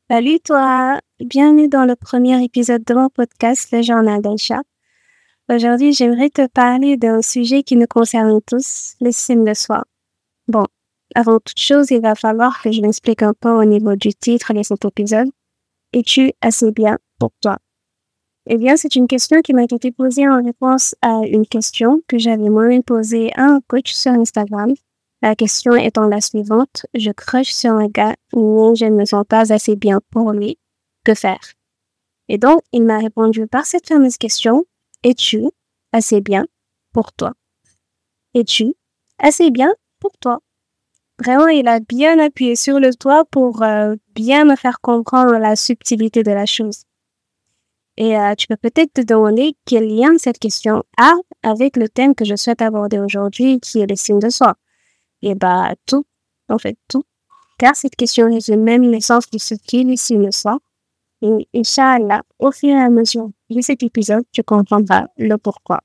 Salut toi, bienvenue dans le premier épisode de mon podcast, Le Journal d'Aïcha. Aujourd'hui, j'aimerais te parler d'un sujet qui nous concerne tous, l'estime de soi. Bon, avant toute chose, il va falloir que je m'explique un peu au niveau du titre de cet épisode. Es-tu assez bien pour toi? Eh bien, c'est une question qui m'a été posée en réponse à une question que j'avais moi-même posée à un coach sur Instagram. La question étant la suivante: je crush sur un gars, mais je ne me sens pas assez bien pour lui. Que faire? Et donc, il m'a répondu par cette fameuse question: es-tu assez bien pour toi? Es-tu assez bien pour toi? Vraiment, il a bien appuyé sur le toit pour bien me faire comprendre la subtilité de la chose. Et tu peux peut-être te demander quel lien cette question a avec le thème que je souhaite aborder aujourd'hui, qui est l'estime de soi. Et tout, en fait tout. Car cette question résume même l'essence de ce qu'est l'estime de soi. Et Inch'Allah, au fur et à mesure de cet épisode, tu comprendras le pourquoi.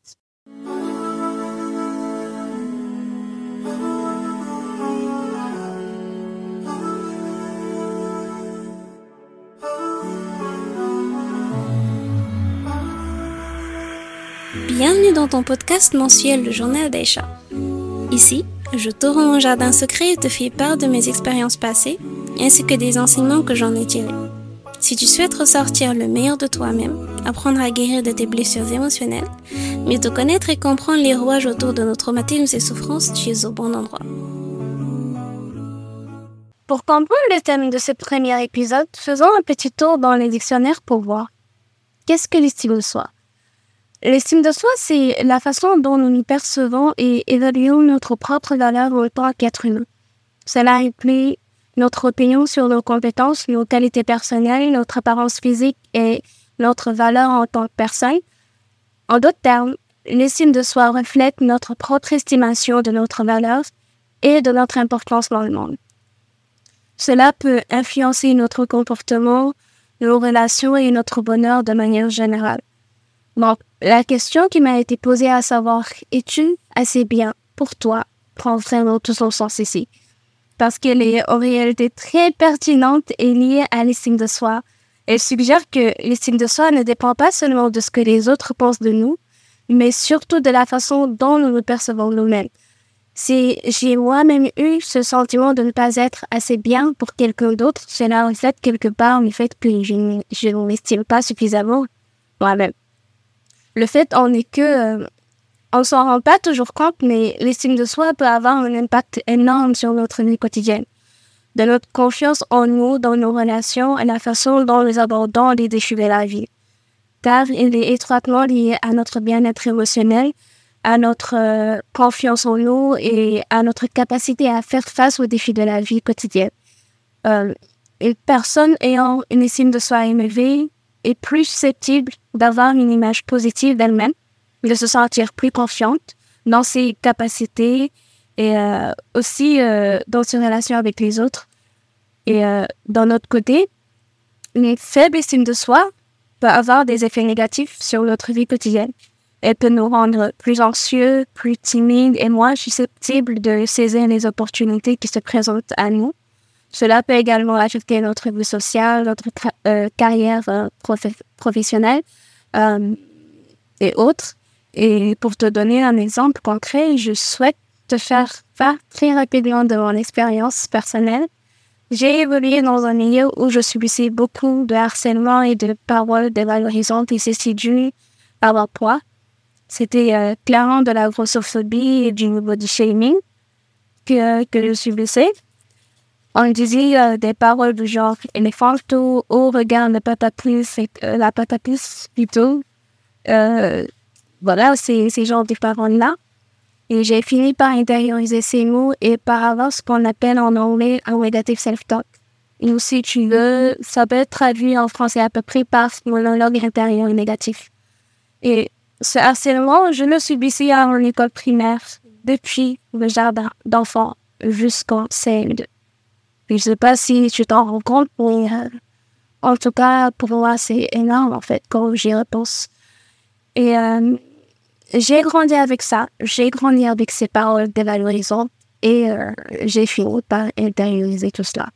Bienvenue dans ton podcast mensuel Le Journal d'Aïcha. Ici, je t'ouvre mon jardin secret et te fais part de mes expériences passées, ainsi que des enseignements que j'en ai tirés. Si tu souhaites ressortir le meilleur de toi-même, apprendre à guérir de tes blessures émotionnelles, mieux te connaître et comprendre les rouages autour de nos traumatismes et souffrances, tu es au bon endroit. Pour comprendre le thème de ce premier épisode, faisons un petit tour dans les dictionnaires pour voir. Qu'est-ce que l'estime de soi? L'estime de soi, c'est la façon dont nous nous percevons et évaluons notre propre valeur en tant qu'être humain. Cela implique notre opinion sur nos compétences, nos qualités personnelles, notre apparence physique et notre valeur en tant que personne. En d'autres termes, l'estime de soi reflète notre propre estimation de notre valeur et de notre importance dans le monde. Cela peut influencer notre comportement, nos relations et notre bonheur de manière générale. Donc, la question qui m'a été posée à savoir « es-tu assez bien pour toi ?» prend vraiment tout son sens ici. Parce qu'elle est en réalité très pertinente et liée à l'estime de soi. Elle suggère que l'estime de soi ne dépend pas seulement de ce que les autres pensent de nous, mais surtout de la façon dont nous nous percevons nous-mêmes. Si j'ai moi-même eu ce sentiment de ne pas être assez bien pour quelqu'un d'autre, cela reflète quelque part le fait que je ne m'estime pas suffisamment moi-même. Le fait en est que on s'en rend pas toujours compte, mais l'estime de soi peut avoir un impact énorme sur notre vie quotidienne. De notre confiance en nous, dans nos relations et la façon dont nous abordons les défis de la vie. Car il est étroitement lié à notre bien-être émotionnel, à notre confiance en nous et à notre capacité à faire face aux défis de la vie quotidienne. Une personne ayant une estime de soi élevée est plus susceptible d'avoir une image positive d'elle-même, de se sentir plus confiante dans ses capacités et aussi dans ses relations avec les autres. Et d'un autre côté, une faible estime de soi peut avoir des effets négatifs sur notre vie quotidienne. Elle peut nous rendre plus anxieux, plus timides et moins susceptibles de saisir les opportunités qui se présentent à nous. Cela peut également affecter notre vie sociale, notre carrière professionnelle et autres. Et pour te donner un exemple concret, je souhaite te faire part très rapidement de mon expérience personnelle. J'ai évolué dans un milieu où je subissais beaucoup de harcèlement et de paroles dévalorisantes et ceci dû à mon poids. C'était clairement de la grossophobie et du body shaming que je subissais. On disait des paroles du genre « éléphanto » ou « regarde la patatrice » plutôt. Voilà, ces genres de paroles-là. Et j'ai fini par intérioriser ces mots et par avoir ce qu'on appelle en anglais un negative self-talk. Et si tu veux, ça peut être traduit en français à peu près par monologue intérieur négatif. Et ce harcèlement, je le subissais à l'école primaire depuis le jardin d'enfants jusqu'en CM2. Je ne sais pas si tu t'en rends compte, mais en tout cas, pour moi, c'est énorme, en fait, quand j'y repense. Et j'ai grandi avec ça. J'ai grandi avec ces paroles dévalorisantes et j'ai fini par intérioriser tout cela.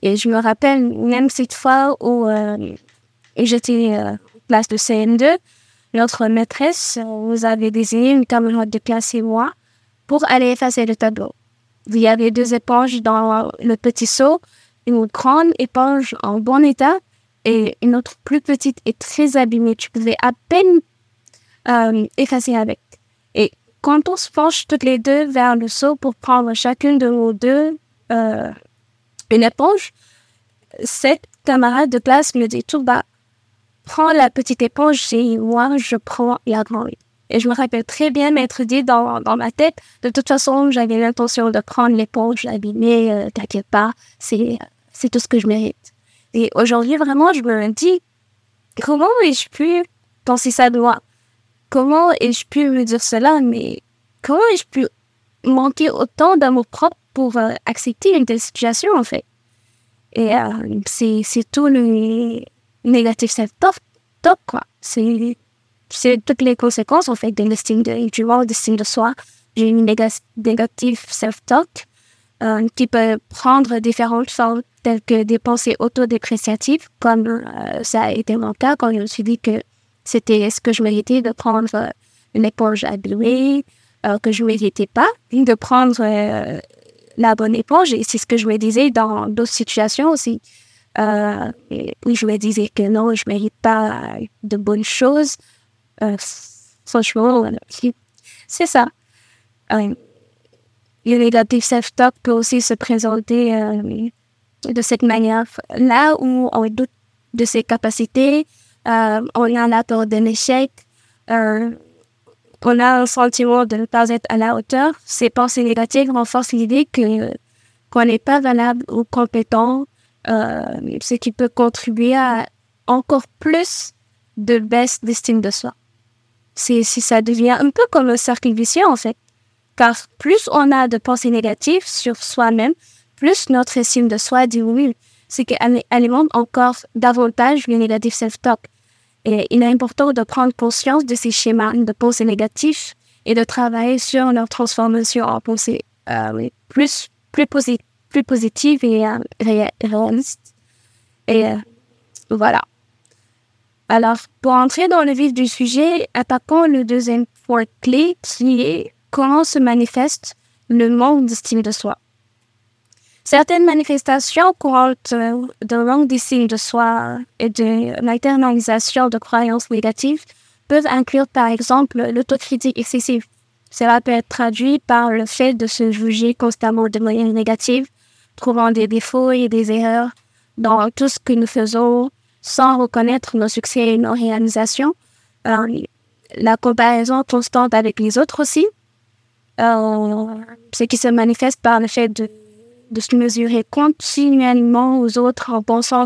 Et je me rappelle même cette fois où j'étais en classe de CM2, notre maîtresse nous avait désigné une camarade de classe et moi pour aller effacer le tableau. Il y avait 2 éponges dans le petit seau, une grande éponge en bon état et une autre plus petite et très abîmée. Tu pouvais à peine effacer avec. Et quand on se penche toutes les deux vers le seau pour prendre chacune de nous deux une éponge, cette camarade de classe me dit tout bas, prends la petite éponge et moi je prends la grande. Et je me rappelle très bien m'être dit dans ma tête, de toute façon j'avais l'intention de prendre l'éponge abîmée, t'inquiète pas, c'est tout ce que je mérite. Et aujourd'hui vraiment je me dis, comment ai-je pu penser ça de moi? Comment ai-je pu me dire cela? Mais comment ai-je pu manquer autant d'amour propre pour accepter une telle situation, en fait? Et c'est tout le négatif self-talk, quoi. C'est toutes les conséquences, en fait, de l'estime du manque d'estime de soi. J'ai une négative self-talk qui peut prendre différentes formes, telles que des pensées autodépréciatives, comme ça a été mon cas quand je me suis dit que c'était ce que je méritais de prendre une éponge abîmée, que je ne méritais pas, de prendre la bonne éponge. Et c'est ce que je me disais dans d'autres situations aussi. Oui, je me disais que non, je ne mérite pas de bonnes choses. Franchement, c'est ça. Le négatif self-talk peut aussi se présenter de cette manière. Là où on doute de ses capacités, on a la peur d'un échec, on a un sentiment de ne pas être à la hauteur. Ces pensées négatives renforcent l'idée qu'on n'est pas valable ou compétent, ce qui peut contribuer à encore plus de baisse d'estime de soi. Ça devient un peu comme un cercle vicieux en fait, car plus on a de pensées négatives sur soi-même, plus notre estime de soi diminue, ce qui alimente encore davantage le négatif self-talk. Et il est important de prendre conscience de ces schémas de pensée négatifs et de travailler sur leur transformation en pensée plus positive et réaliste. Et voilà. Alors, pour entrer dans le vif du sujet, attaquons le deuxième point clé qui est comment se manifeste le manque d'estime de soi. Certaines manifestations courantes de manque d'estime de soi et de l'internalisation de croyances négatives peuvent inclure par exemple l'autocritique excessive. Cela peut être traduit par le fait de se juger constamment de manière négative, trouvant des défauts et des erreurs dans tout ce que nous faisons sans reconnaître nos succès et nos réalisations. La comparaison constante avec les autres aussi, ce qui se manifeste par le fait de se mesurer continuellement aux autres en pensant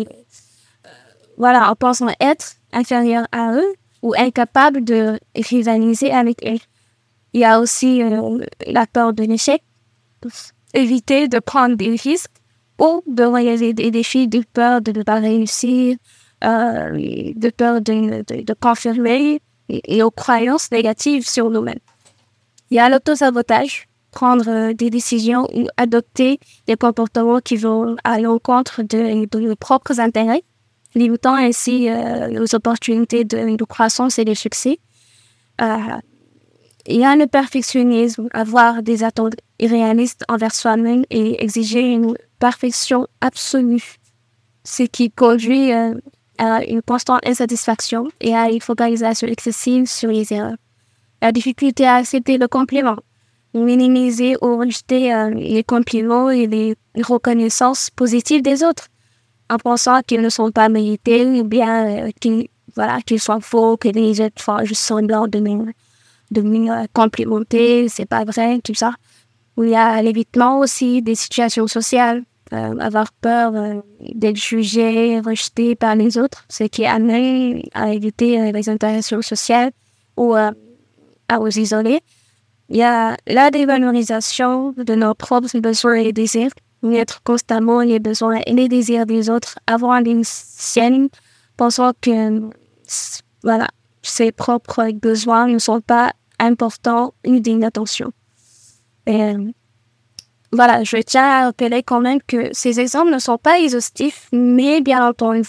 en pensant être inférieur à eux ou incapable de rivaliser avec eux. Il y a aussi la peur de l'échec, éviter de prendre des risques ou de réaliser des défis de peur de ne pas réussir, de peur de confirmer et aux croyances négatives sur nous-mêmes. Il y a l'auto-sabotage, prendre des décisions ou adopter des comportements qui vont à l'encontre de nos propres intérêts, limitant ainsi nos opportunités de croissance et de succès. Il y a le perfectionnisme, avoir des attentes irréalistes envers soi-même et exiger une perfection absolue, ce qui conduit à une constante insatisfaction et à une focalisation excessive sur les erreurs. La difficulté à accepter le compliment, minimiser ou rejeter les compliments et les reconnaissances positives des autres, en pensant qu'ils ne sont pas mérités ou bien qu'ils sont faux, que les autres font juste semblant de me complimenter, c'est pas vrai, tout ça. Il y a l'évitement aussi des situations sociales, avoir peur d'être jugé, rejeté par les autres, ce qui amène à éviter les interactions sociales ou à nous isoler. Il y a la dévalorisation de nos propres besoins et désirs, mettre constamment les besoins et les désirs des autres avant les siennes, pensant que ses propres besoins ne sont pas importants ni dignes d'attention. voilà, je tiens à rappeler quand même que ces exemples ne sont pas exhaustifs, mais bien entendu,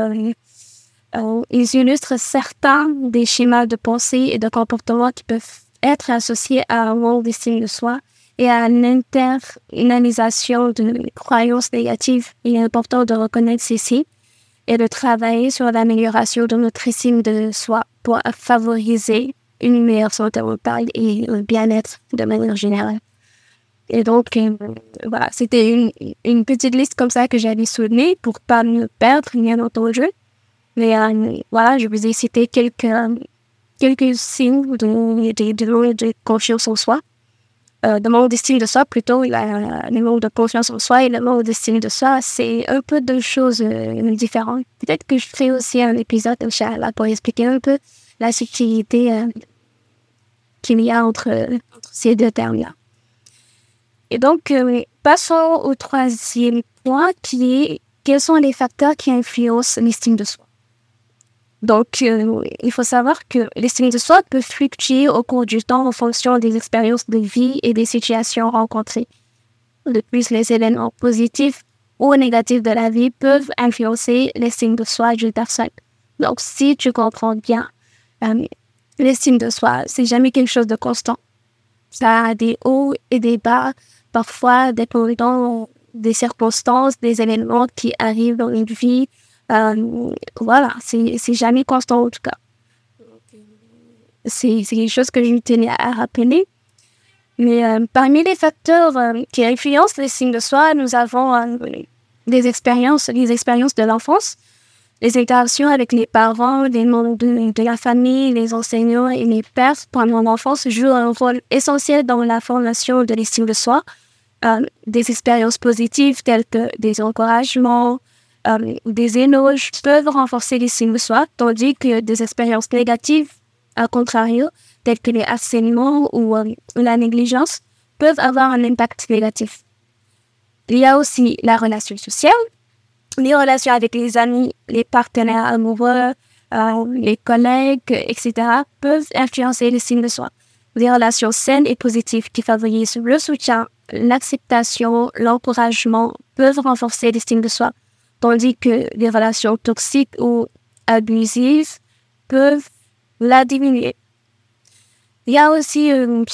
ils illustrent certains des schémas de pensée et de comportement qui peuvent être associés à un manque d'estime de soi et à l'internalisation de croyances négatives. Il est important de reconnaître ceci et de travailler sur l'amélioration de notre estime de soi pour favoriser une meilleure santé mentale et le bien-être de manière générale. Et donc, voilà, c'était une petite liste comme ça que j'avais soulignée pour pas me perdre, bien entendu. Mais voilà, je vous ai cité quelques signes de confiance en soi, de manque d'estime de soi plutôt. Le manque de confiance en soi et le manque d'estime de soi, c'est un peu deux choses différentes. Peut-être que je ferai aussi un épisode, Inch'Allah, pour expliquer un peu la subtilité qu'il y a entre ces deux termes-là. Et donc, passons au troisième point qui est quels sont les facteurs qui influencent l'estime de soi. Donc, il faut savoir que l'estime de soi peut fluctuer au cours du temps en fonction des expériences de vie et des situations rencontrées. De plus, les éléments positifs ou négatifs de la vie peuvent influencer l'estime de soi d'une personne. Donc, si tu comprends bien, l'estime de soi, c'est jamais quelque chose de constant. Ça a des hauts et des bas, parfois dépendant des circonstances, des éléments qui arrivent dans une vie. Voilà, c'est jamais constant en tout cas. C'est quelque chose que je tenais à rappeler. Mais parmi les facteurs qui influencent l'estime de soi, nous avons les expériences de l'enfance, les interactions avec les parents, les membres de la famille, les enseignants et les pères pendant l'enfance jouent un rôle essentiel dans la formation de l'estime de soi. Des expériences positives telles que des encouragements, des éloges peuvent renforcer l'estime de soi, tandis que des expériences négatives, à contrario, telles que les harcèlements ou la négligence, peuvent avoir un impact négatif. Il y a aussi la relation sociale. Les relations avec les amis, les partenaires amoureux, les collègues, etc. peuvent influencer l'estime de soi. Des relations saines et positives qui favorisent le soutien, l'acceptation, l'encouragement peuvent renforcer l'estime de soi, tandis que les relations toxiques ou abusives peuvent la diminuer. Il y a aussi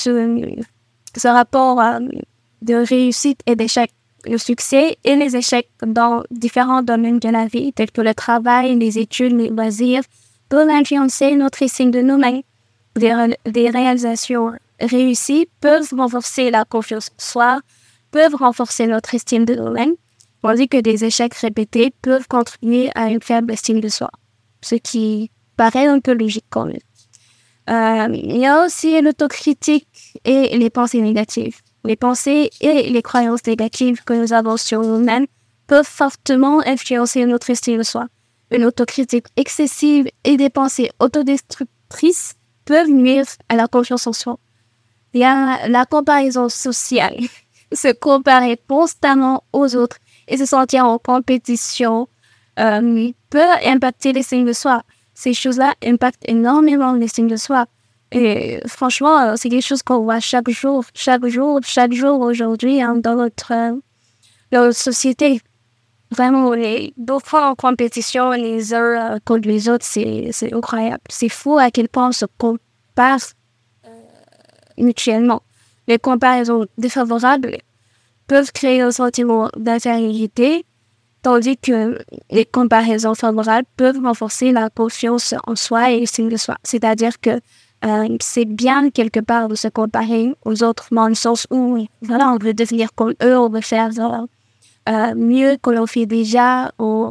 ce rapport de réussite et d'échec. Le succès et les échecs dans différents domaines de la vie, tels que le travail, les études, les loisirs, peuvent influencer notre estime de nous-mêmes. Des réalisations réussies peuvent renforcer la confiance en soi, peuvent renforcer notre estime de nous-mêmes, tandis que des échecs répétés peuvent contribuer à une faible estime de soi, ce qui paraît un peu logique quand même. Il y a aussi l'autocritique et les pensées négatives. Les pensées et les croyances négatives que nous avons sur nous-mêmes peuvent fortement influencer notre estime de soi. Une autocritique excessive et des pensées autodestructrices peuvent nuire à la confiance en soi. Il y a la comparaison sociale. Se comparer constamment aux autres et se sentir en compétition peut impacter l'estime de soi. Ces choses-là impactent énormément l'estime de soi. Et franchement, c'est quelque chose qu'on voit chaque jour aujourd'hui dans notre société. Vraiment, deux fois en compétition les uns contre les autres, c'est incroyable. C'est fou à quel point on se compare mutuellement. Les comparaisons défavorables peuvent créer un sentiment d'infériorité, tandis que les comparaisons favorables peuvent renforcer la confiance en soi et l'estime de soi. C'est-à-dire que c'est bien quelque part de se comparer aux autres, dans le sens où voilà, on veut devenir comme eux, on veut faire mieux que l'on fait déjà,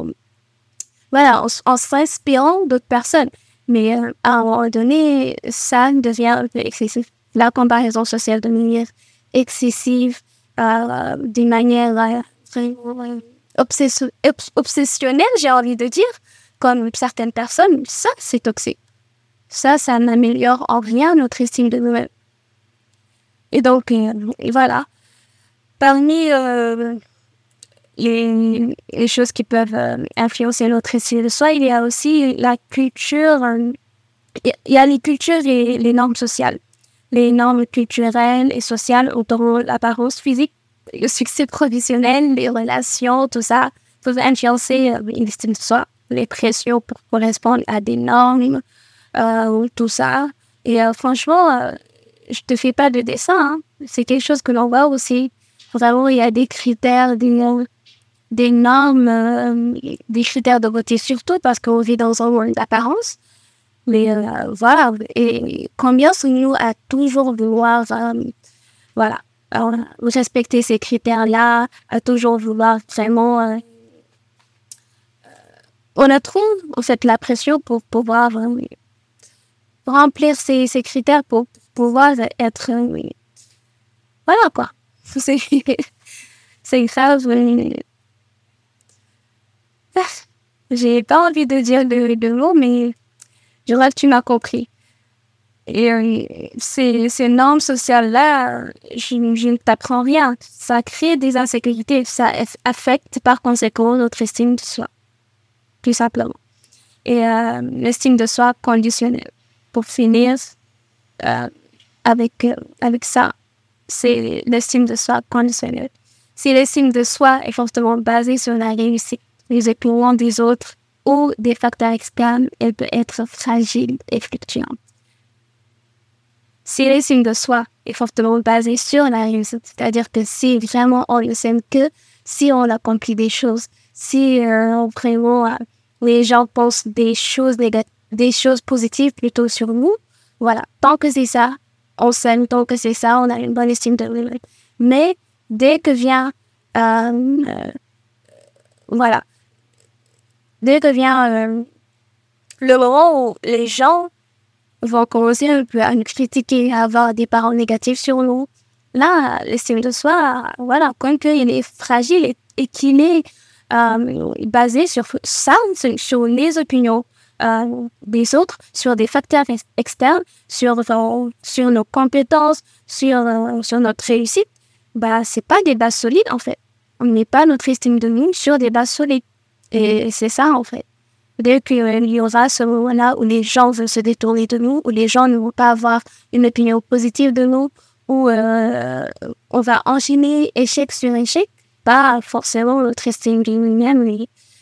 voilà, en s'inspirant d'autres personnes. Mais à un moment donné, ça devient un peu excessif. La comparaison sociale devient excessive, d'une manière vraiment obsessionnelle, j'ai envie de dire, comme certaines personnes. Ça, c'est toxique. Ça n'améliore en rien notre estime de nous-mêmes. Et donc, voilà. Parmi les choses qui peuvent influencer notre estime de soi, il y a aussi la culture. Il y a les cultures et les normes sociales. Les normes culturelles et sociales entourant l'apparence physique le succès professionnel, les relations, tout ça, peuvent influencer l'estime de soi, les pressions pour correspondre à des normes, tout ça. Et franchement, je te fais pas de dessin, hein. C'est quelque chose que l'on voit aussi. Vraiment, il y a des critères, des normes, des critères de beauté, surtout parce qu'on vit dans un monde d'apparence. Mais voilà, et combien sommes-nous à toujours vouloir, voilà, respecter ces critères-là, à toujours vouloir vraiment... on a trop, en fait, la pression pour pouvoir remplir ces critères pour pouvoir être... voilà, quoi. C'est grave. J'ai pas envie de dire de mots, mais je crois que tu m'as compris. Et ces normes sociales-là, je ne t'apprends rien. Ça crée des insécurités. Ça affecte par conséquent notre estime de soi, tout simplement. Et l'estime de soi conditionnelle. Pour finir avec ça, c'est l'estime de soi conditionnelle. Si l'estime de soi est fortement basée sur la réussite, les opinions des autres ou des facteurs externes, elle peut être fragile et fluctuante. Si l'estime de soi est fortement basée sur la réussite, c'est-à-dire que si vraiment on ne s'aime que si on accomplit des choses, si vraiment les gens pensent des choses positives plutôt sur nous, voilà, tant que c'est ça, on s'aime, tant que c'est ça, on a une bonne estime de nous. Mais dès que vient le moment où les gens vont commencer un peu à nous critiquer, à avoir des paroles négatives sur nous, là, l'estime de soi, voilà, comme qu'il est fragile et qu'il est basé sur ça, sur les opinions des autres, sur des facteurs externes, sur nos compétences, sur notre réussite, c'est pas des bases solides, en fait. On n'est pas notre estime de nous sur des bases solides. Et c'est ça, en fait. Dès qu'il y aura ce moment-là où les gens veulent se détourner de nous, où les gens ne vont pas avoir une opinion positive de nous, où on va enchaîner échec sur échec, forcément notre estime de nous-mêmes,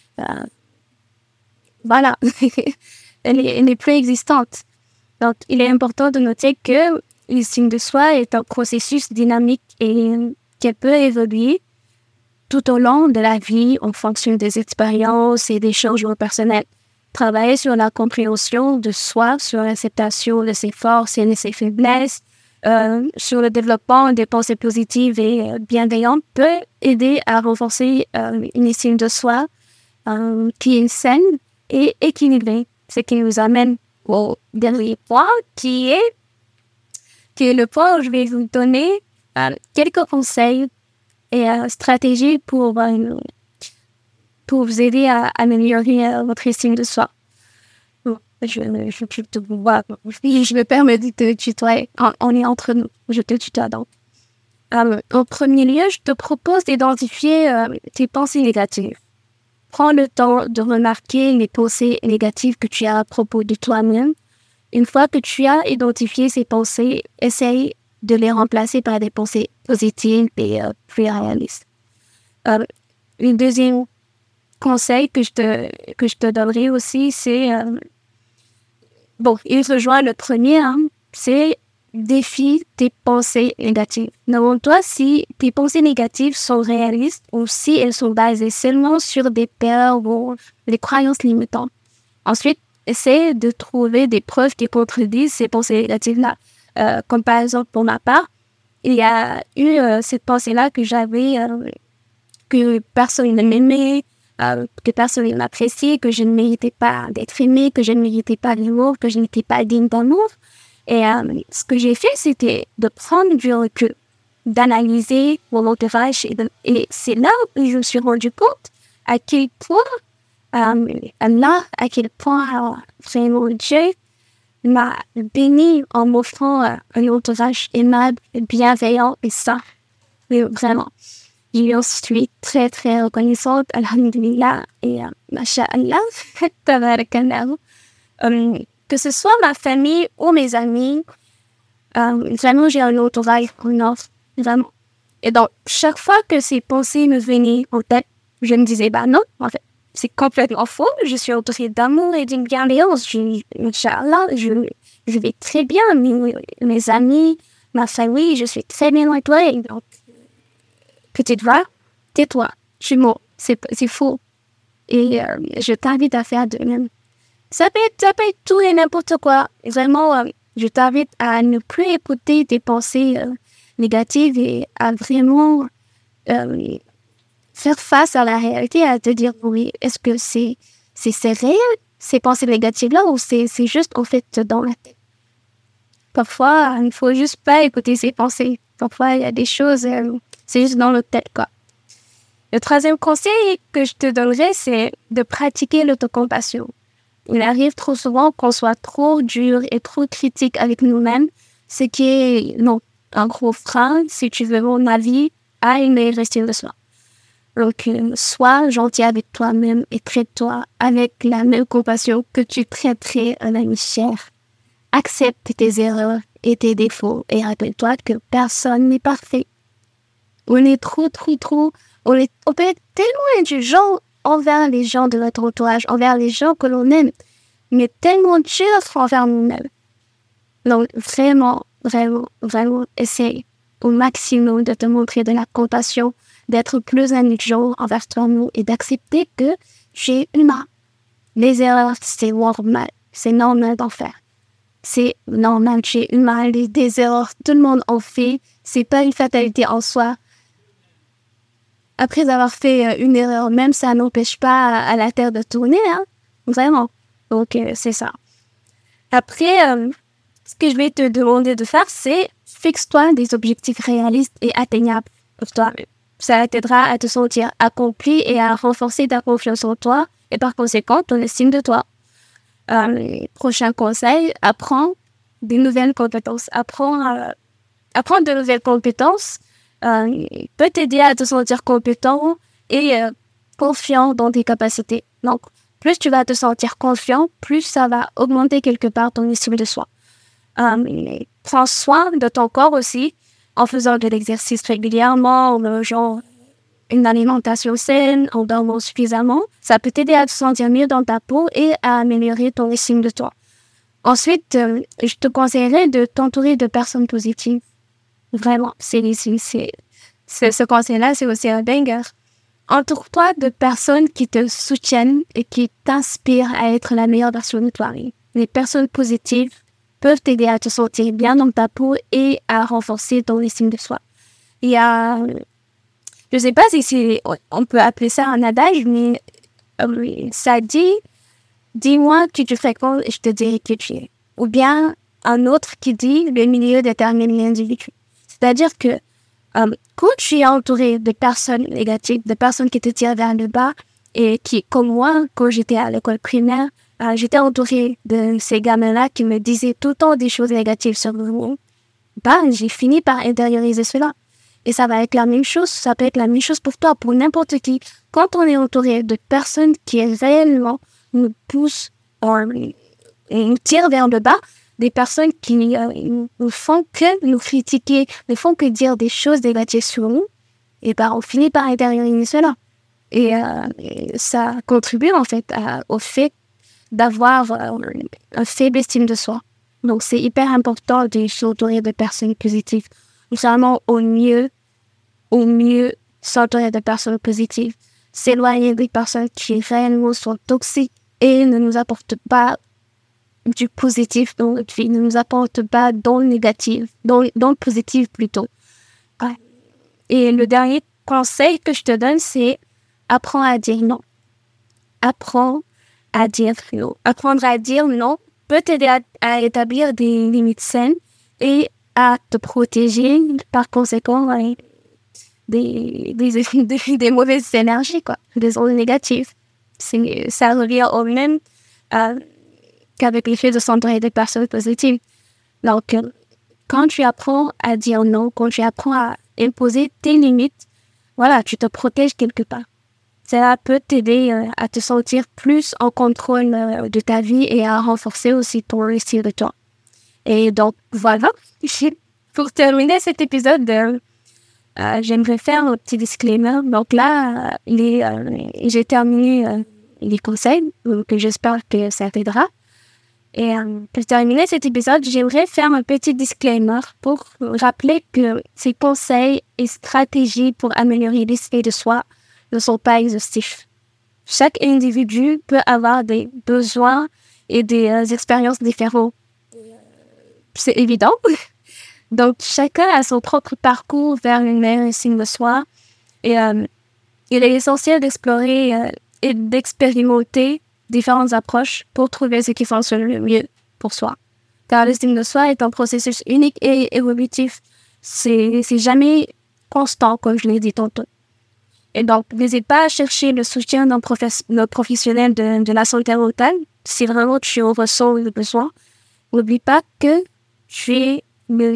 voilà, elle est plus existante. Donc, il est important de noter que l'estime de soi est un processus dynamique et qui peut évoluer tout au long de la vie en fonction des expériences et des changements personnels. Travailler sur la compréhension de soi, sur l'acceptation de ses forces et de ses faiblesses, sur le développement des pensées positives et bienveillantes peut aider à renforcer une estime de soi qui est saine et équilibrée. Ce qui nous amène au dernier point qui est le point où je vais vous donner quelques conseils et stratégies pour vous aider à améliorer votre estime de soi. Je me permets de te tutoyer. On est entre nous. Je te tutoie donc. En premier lieu, je te propose d'identifier tes pensées négatives. Prends le temps de remarquer les pensées négatives que tu as à propos de toi-même. Une fois que tu as identifié ces pensées, essaye de les remplacer par des pensées positives et plus réalistes. Le deuxième conseil que je te donnerai aussi, c'est... il rejoint le premier, c'est défie tes pensées négatives. Demande-toi si tes pensées négatives sont réalistes ou si elles sont basées seulement sur des peurs ou des croyances limitantes. Ensuite, essaie de trouver des preuves qui contredisent ces pensées négatives-là. Comme par exemple, pour ma part, il y a eu cette pensée-là que j'avais, que personne ne m'aimait, que personne ne m'appréciait, que je ne méritais pas d'être aimée, que je ne méritais pas l'amour, que je n'étais pas digne d'amour. Et ce que j'ai fait, c'était de prendre du recul, d'analyser mon entourage. Et c'est là où je me suis rendu compte à quel point Allah, à quel point vraiment Dieu m'a béni en m'offrant un entourage aimable, bienveillant et sain. Mais vraiment, je suis très très reconnaissante, alhamdulillah, et masha'Allah, tabarakallah. Que ce soit ma famille ou mes amis, vraiment j'ai un entourage en offre, vraiment. Et donc, chaque fois que ces pensées me venaient en tête, je me disais, non, en fait, c'est complètement faux. Je suis entourée d'amour et d'une bienveillance. Inch'Allah, je vais très bien. Mes amis, ma famille, je suis très bien entourée. Donc, petite voix, tais-toi. Je suis mort. C'est faux. Et je t'invite à faire de même. Ça peut être tout et n'importe quoi. Vraiment, je t'invite à ne plus écouter tes pensées négatives et à vraiment faire face à la réalité, à te dire, oui, est-ce que c'est réel, ces pensées négatives-là, ou c'est juste, en fait, dans la tête. Parfois, il ne faut juste pas écouter ses pensées. Parfois, il y a des choses, c'est juste dans notre tête, quoi. Le troisième conseil que je te donnerais, c'est de pratiquer l'autocompassion. Il arrive trop souvent qu'on soit trop dur et trop critique avec nous-mêmes, ce qui est un gros frein, si tu veux, mon avis, à une meilleure estime de soi. Donc, sois gentil avec toi-même et traite-toi avec la même compassion que tu traiterais un ami cher. Accepte tes erreurs et tes défauts et rappelle-toi que personne n'est parfait. On est on peut être tellement indulgent envers les gens de notre entourage, envers les gens que l'on aime, mais tellement dur envers nous-mêmes. Donc, vraiment, essaye au maximum de te montrer de la compassion, d'être plus indulgent envers toi-même et d'accepter que tu es humain. Les erreurs, c'est normal d'en faire. C'est normal, tu es humain, des erreurs, tout le monde en fait, c'est pas une fatalité en soi. Après avoir fait une erreur, même ça n'empêche pas à la terre de tourner, hein, vraiment. Donc, c'est ça. Après, ce que je vais te demander de faire, c'est fixe-toi des objectifs réalistes et atteignables pour toi-même. Ça t'aidera à te sentir accompli et à renforcer ta confiance en toi et par conséquent ton estime de toi. Prochain conseil, apprends des nouvelles compétences. Apprendre de nouvelles compétences peut t'aider à te sentir compétent et confiant dans tes capacités. Donc, plus tu vas te sentir confiant, plus ça va augmenter quelque part ton estime de soi. Prends soin de ton corps aussi en faisant de l'exercice régulièrement, en mangeant une alimentation saine, en dormant suffisamment. Ça peut t'aider à te sentir mieux dans ta peau et à améliorer ton estime de toi. Ensuite, je te conseillerais de t'entourer de personnes positives. Vraiment, ce conseil-là, c'est aussi un banger. Entoure-toi de personnes qui te soutiennent et qui t'inspirent à être la meilleure version de toi-même. Les personnes positives peuvent t'aider à te sentir bien dans ta peau et à renforcer ton estime de soi. Il y a, je ne sais pas si on peut appeler ça un adage, mais ça dit, dis-moi qui tu fréquentes et je te dirai qui tu es. Ou bien un autre qui dit, le milieu détermine l'individu. C'est-à-dire que quand tu es entouré de personnes négatives, de personnes qui te tirent vers le bas, et qui, comme moi, quand j'étais à l'école primaire, j'étais entourée de ces gamins-là qui me disaient tout le temps des choses négatives sur moi. J'ai fini par intérioriser cela. Et ça va être la même chose, ça peut être la même chose pour toi, pour n'importe qui. Quand on est entouré de personnes qui réellement nous poussent, nous tirent vers le bas, des personnes qui ne font que nous critiquer, ne font que dire des choses négatives sur nous, et on finit par intérioriser cela. Et ça contribue en fait au fait d'avoir un faible estime de soi. Donc c'est hyper important de s'entourer de personnes positives. Notamment au mieux s'entourer de personnes positives. S'éloigner des personnes qui réellement sont toxiques et ne nous apportent pas du positif dans notre vie, ne nous apportent pas dans le négatif, dans le positif plutôt. Ouais. Et le dernier conseil que je te donne, c'est apprends à dire non. Apprends à dire non. Apprendre à dire non peut t'aider à établir des limites saines et à te protéger par conséquent des mauvaises énergies, quoi, des ondes négatives. Ça revient au même qu'avec l'effet de s'entourer des personnes positives. Donc, quand tu apprends à dire non, quand tu apprends à imposer tes limites, voilà, tu te protèges quelque part. Ça peut t'aider à te sentir plus en contrôle de ta vie et à renforcer aussi ton estime de toi. Et donc, voilà. Pour terminer cet épisode, j'aimerais faire un petit disclaimer. Donc là, j'ai terminé les conseils, donc j'espère que ça t'aidera. Et pour terminer cet épisode, j'aimerais faire un petit disclaimer pour rappeler que ces conseils et stratégies pour améliorer l'estime de soi ne sont pas exhaustifs. Chaque individu peut avoir des besoins et des expériences différentes. C'est évident. Donc, chacun a son propre parcours vers une meilleure estime de soi. Et il est essentiel d'explorer et d'expérimenter différentes approches pour trouver ce qui fonctionne le mieux pour soi. Car l'estime de soi est un processus unique et évolutif. C'est jamais constant, comme je l'ai dit tantôt. Et donc, n'hésite pas à chercher le soutien d'un professionnel de la santé mentale si vraiment tu en ressens le besoin. N'oublie pas que tu es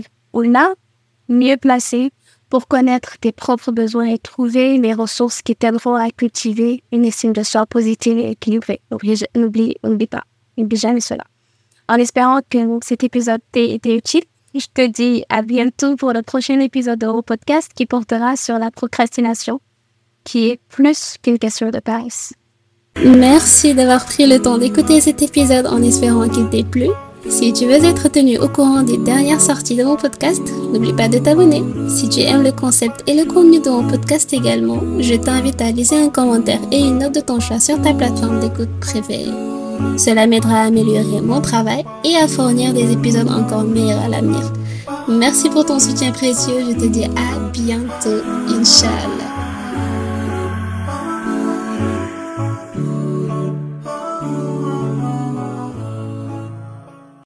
mieux placé pour connaître tes propres besoins et trouver les ressources qui t'aideront à cultiver une estime de soi positive et équilibrée. N'oublie jamais cela. En espérant que cet épisode t'ait été utile, je te dis à bientôt pour le prochain épisode de mon podcast qui portera sur la procrastination, qui est plus qu'une question de paresse. Merci d'avoir pris le temps d'écouter cet épisode en espérant qu'il t'ait plu. Si tu veux être tenu au courant des dernières sorties de mon podcast, n'oublie pas de t'abonner. Si tu aimes le concept et le contenu de mon podcast également, je t'invite à laisser un commentaire et une note de ton choix sur ta plateforme d'écoute préférée. Cela m'aidera à améliorer mon travail et à fournir des épisodes encore meilleurs à l'avenir. Merci pour ton soutien précieux, je te dis à bientôt, Inch'Allah.